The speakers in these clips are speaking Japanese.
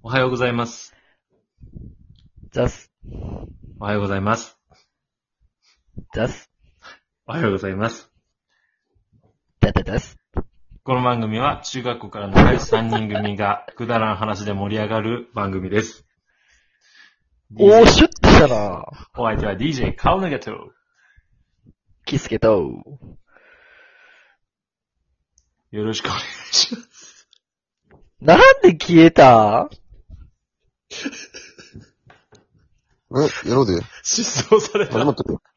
おはようございます。 ザス。 おはようございます。 ザス。 おはようございます。 ザス。 この番組は中学校から仲良し3人組がくだらん話で盛り上がる番組です。 おー、シュッとしたな。 お相手は DJ カオナガとキスケと。 よろしくお願いします。 なんで消えた？ やろうで。 失踪された。 始まってるよ。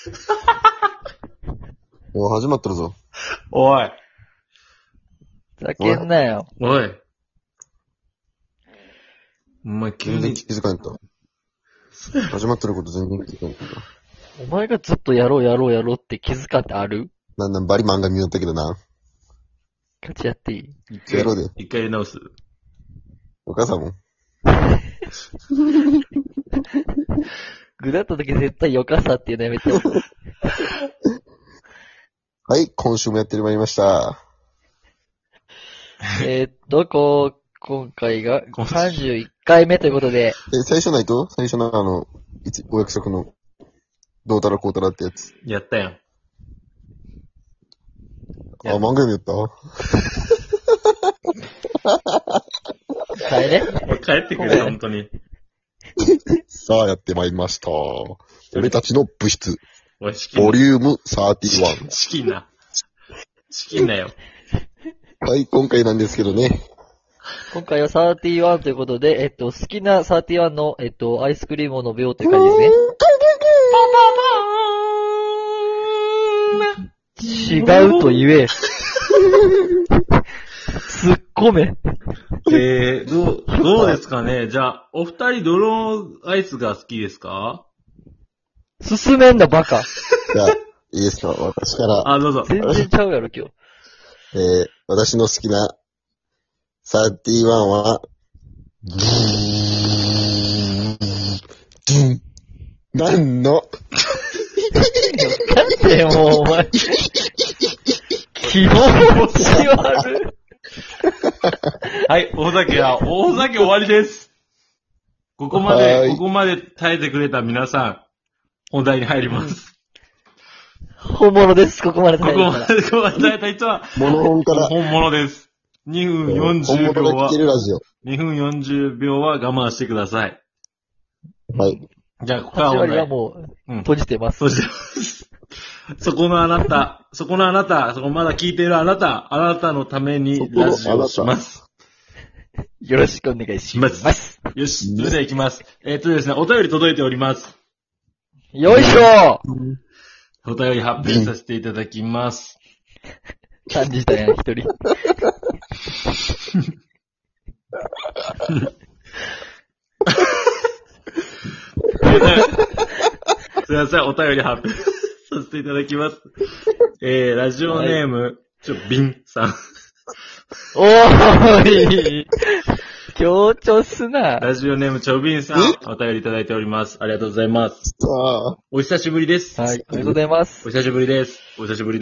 始まってるぞ。 おい。 ふざけんなよ。 おい。お前急に全然気づかんと。始まってること全然気づかんと。 お前がずっとやろうって気づかってある？ なんバリ漫画見よったけどな。 勝ちやっていい？ やろうで。 一回やり直す。 お母さんも。 ぐだった時絶対よかさっていうのやめて。 はい、今週もやってまいりました。 今回が31回目ということで。 最初ないと最初のお約束の、どうたらこうたらってやつ。 やったやん。 漫画読みやった？ 帰れ？ 帰ってくれ、本当に。 さあ、やってまいりました。俺たちの部室。 おい、資金ボリューム31。 資金な。資金だよ。 はい、今回なんですけどね。 今回は31ということで、好きな31の、アイスクリームを述べようという感じですね。違うと言え。突っ込め。 どうですかね。じゃあ、お二人どのアイスが好きですか？ 進めんなバカ。 じゃあ、いいですか、私から。 どうぞ。 全然ちゃうやろ今日。 私の好きな31は、なんのなんでもうお前、気持ち悪い。 はい、大酒終わりです。ここまで耐えてくれた皆さん、本題に入ります。 本物です、ここまで耐えたら。 ここまで耐えた人は、 本物です。2分40秒は、2分40秒は我慢してください。 はい。 じゃあ、ここから 8割はもう、閉じてます。 そこまだ聞いているあなたのためにラジオをします。 よろしくお願いします。 よし、それでは行きます。ですね、お便り届いております。 よいしょお便り発表させていただきます。 感じたやん、一人。 すいません、お便り発表させていただきます。ラジオネーム、ビンさん。 おーい強調すな。 ラジオネーム、チョビンさん、お便りいただいております。ありがとうございます。お久しぶりです。 はい、ありがとうございます。 お久しぶりです。 久しぶり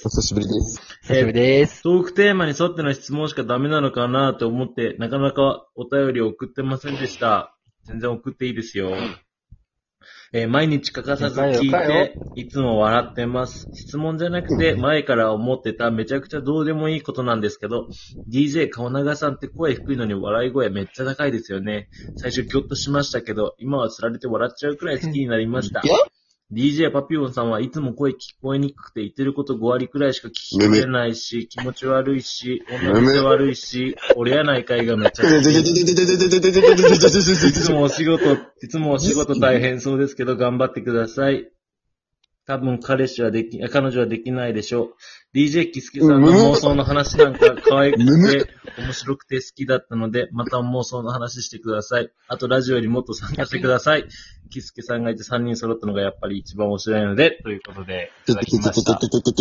です。 トークテーマに沿っての質問しかダメなのかなと思って、なかなかお便りを送ってませんでした。全然送っていいですよ。毎日欠かさず聞いて、いつも笑ってます。質問じゃなくて、前から思ってためちゃくちゃどうでもいいことなんですけど、DJ 顔長さんって声低いのに笑い声めっちゃ高いですよね。最初ギョッとしましたけど、今は釣られて笑っちゃうくらい好きになりました。DJ パピオンさんはいつも声聞こえにくくて言ってること5割くらいしか聞き取れないし、気持ち悪いし、女癖悪いし、俺やないかいがめっちゃ好き。いつもお仕事大変そうですけど頑張ってください。多分彼女はできないでしょう。DJ キスケさんの妄想の話なんか可愛くて面白くて好きだったので、また妄想の話してください。あとラジオよりもっと参加してください。キスケさんがいて3人揃ったのがやっぱり一番面白いので、ということで、いただきました。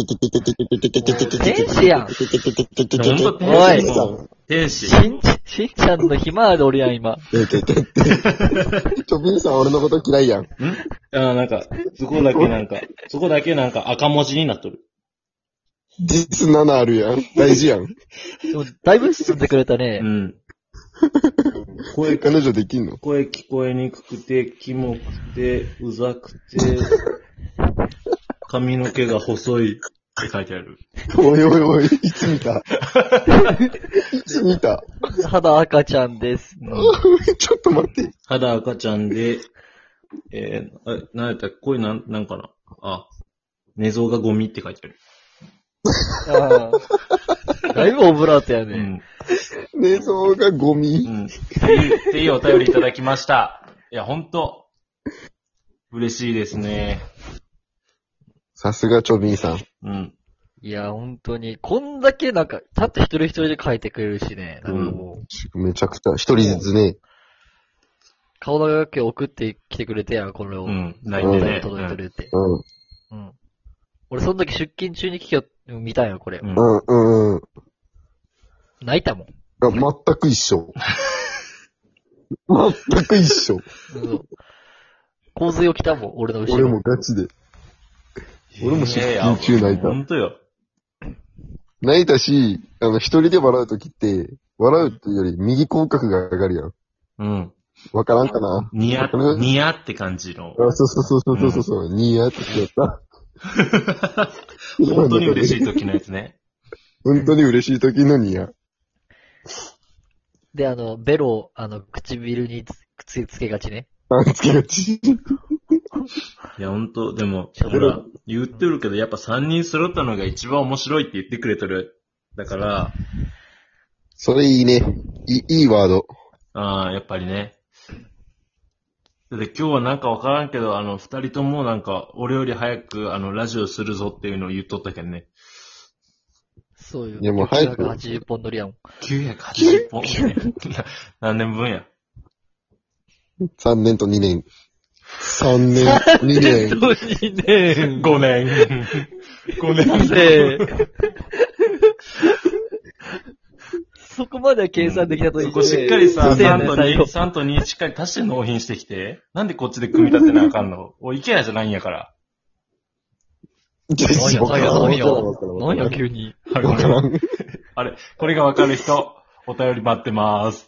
天使やん。 おい。天使。 しんちゃんのひまわりおるやん、今。 チョビンさん俺のこと嫌いやん。 なんか、そこだけなんか赤文字になっとる。 実7あるやん。大事やん。 でもだいぶ進んでくれたね。 うん。 彼女できんの？ 声聞こえにくくて、キモくて、うざくて、髪の毛が細いって書いてある。 おいおいおい、いつ見た？いつ見た？ 肌赤ちゃんです。 ちょっと待って。 肌赤ちゃんで、なんやったっけ、これなんかなあ、寝相がゴミって書いてある。 ああ。だいぶオブラートやね。 うん。 寝相がゴミ。 うん。っていうお便りいただきました。いや、ほんと、嬉しいですね。 さすがチョビンさん。 うん。 いや、本当に、こんだけなんか、ちゃんと一人一人で書いてくれるしね。なんかもう、 めちゃくちゃ、一人ずつね。 顔の書きを送ってきてくれてやん、これを。 うん。なお便りいんでね。 届いてるって。 うん。 うん。俺、その時出勤中に見たんよ、これ。 うん。 うん。 泣いたもん。 全く一緒。全く一緒。 そう洪水起きたもん、俺の後ろ。 俺もガチで。俺も出勤中泣いた。 ほんとよ。 泣いたし、一人で笑うときって、笑うというより右口角が上がるやん。 うん。 わからんかな？ ニヤって感じの。 あ、そう、ニヤってやった。 本当に嬉しい時のやつね。 本当に嬉しい時のニヤ。 で、ベロを、唇につけがちね。 つけがち。 いや、ほんと、でも、ほら、言ってるけど、やっぱ3人揃ったのが一番面白いって言ってくれてる。だから、 それいいね。いいワード。 ああ、やっぱりね。で、今日はなんかわからんけど、2人ともなんか、俺より早く、ラジオするぞっていうのを言っとったけどね。 そういう。 いやもう早く 980本乗りやん。 980本、ね。何年分や。 3年と2年。3年、2年。 2年。 5年。5年で、そこまでは計算できたとそこしっかりさ、3と2しっかり足して納品してきて。なんでこっちで組み立てなあかんの？おい、イケアじゃないんやから。 何や、急に。 わからん。 あれ、これがわかる人、お便り待ってまーす。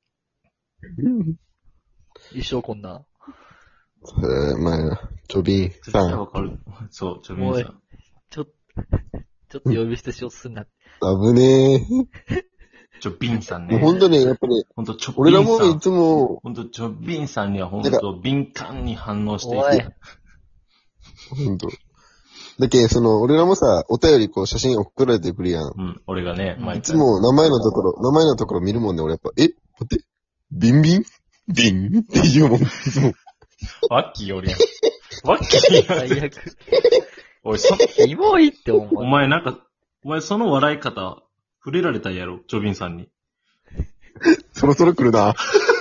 一生こんな。 まあ、チョビンさん。 わかる。そう、チョビンさん。 ちょっと呼び捨てしようとすんな。 危ねえ。 チョビンさんね。 ほんとね、やっぱね、 ほんと、チョビンさん。 俺らもいつも、 ほんと、チョビンさんにはほんと、敏感に反応していて。 ほんと。だけ俺らもさ、お便り写真送られてくるやん。 うん、俺がね、 いつも名前のところ見るもんね、俺やっぱ、待って、ビンって言うもん、いつも。 ワッキーおるやん。ワッキー最悪。 おい、 キモいってお前その笑い方、触れられたんやろ、チョビンさんに。 そろそろ来るな。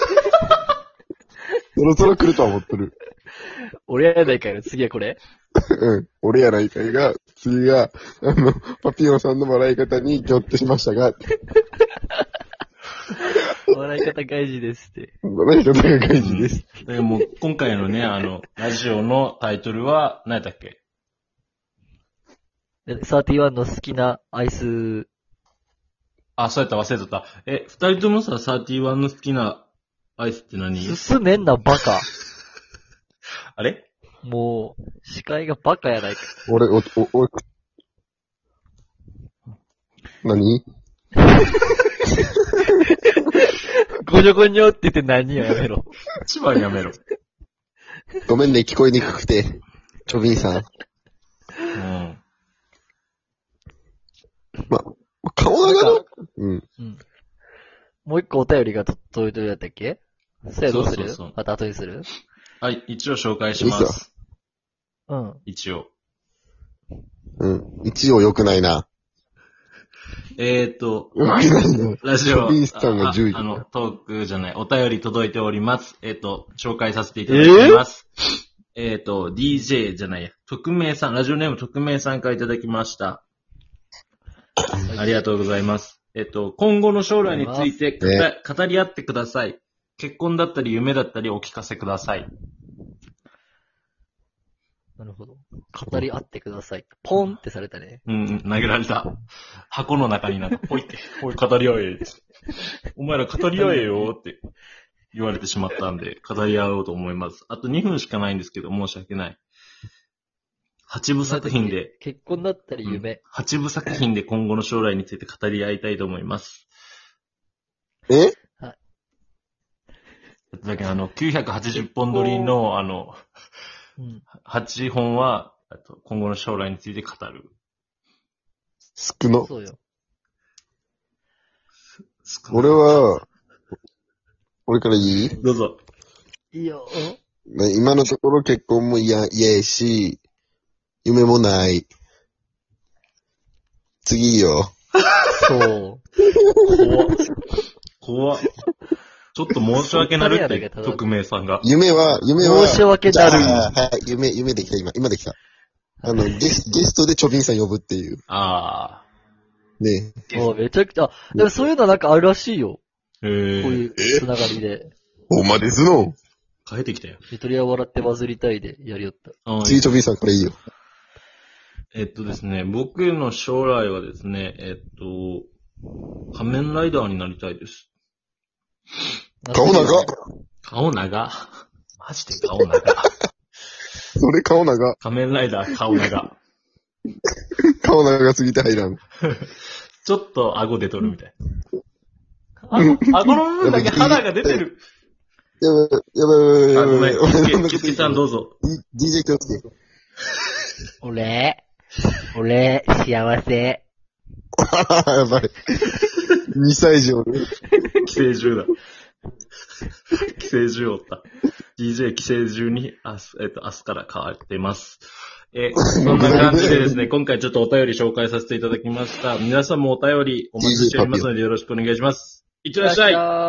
そろそろ来るとは思ってる。 俺やないかよ、次はこれ。 うん。俺やないかいが、次が、パピオンさんの笑い方にギョッとしましたが、 笑い方外事ですって。 笑い方が外事です。 でも今回のね、ラジオのタイトルは、何やったっけ 31の好きなアイス。 あ、そうやった、忘れとった。二人ともさ、31の好きなアイスって何？ 進めんな、バカ。 あれ？ もう、視界がバカやないか。 俺、何？ ごにょごにょって言って何よ、やめろ。 一番やめろ。 ごめんね、聞こえにくくて。チョビンさん。 うん。 顔がな。うん。 もう一個お便りが届いてるやったっけ？それどうする？ そうまた後にする？ はい、一応紹介します。 うん。 一応。 うん。一応良くないな。良くないな。 ラジオ、 チョビンさんが10位。 トークじゃない、お便り届いております。紹介させていただきます。DJ じゃないや、匿名さん、ラジオネーム匿名さんからいただきました。ありがとうございます。今後の将来について語り合ってください。結婚だったり夢だったりお聞かせください。 なるほど。語り合ってください。ポンってされたね。 うん、投げられた。箱の中になんか、ポイって、おい、語り合え。お前ら語り合えよって。 言われてしまったんで、語り合おうと思います。あと2分しかないんですけど、申し訳ない。8部作品で、 結婚だったり夢。 8部作品で今後の将来について語り合いたいと思います。 えだけど980本撮りの、8本は、今後の将来について語る。 少な。 そうよ。 俺からいい？ どうぞ。 いいよ。 今のところ結婚も嫌やし、夢もない。次いいよ。 そう。 怖っ。ちょっと申し訳なるって、匿名さんが。 夢は、 申し訳なる。 はい、夢できた、今できた。ゲストでチョビンさん呼ぶっていう。 ああ。 ねえ。めちゃくちゃ、でもそういうのなんかあるらしいよ。 へえ。 こういうつながりで。 ほんまですの？ 変えてきたよ。 ゆとりは笑ってバズりたいでやりよった。 次チョビンさんこれいいよ。 ですね、僕の将来はですね、仮面ライダーになりたいです。 顔長。 顔長。マジで顔長。 それ顔長。 仮面ライダー顔長。 顔長すぎて入らん。 ちょっと顎出とるみたい。顎の部分だけ肌が出てる。 やばい。 ごめん。キツキさんどうぞ。 DJ 気をつけ。 俺、幸せ。 やばい。2歳児おる。 寄生獣だ。寄生獣おった。DJ 寄生獣に、明日から変わってます。そんな感じでですね、今回ちょっとお便り紹介させていただきました。皆さんもお便りお待ちしておりますのでよろしくお願いします。いってらっしゃい。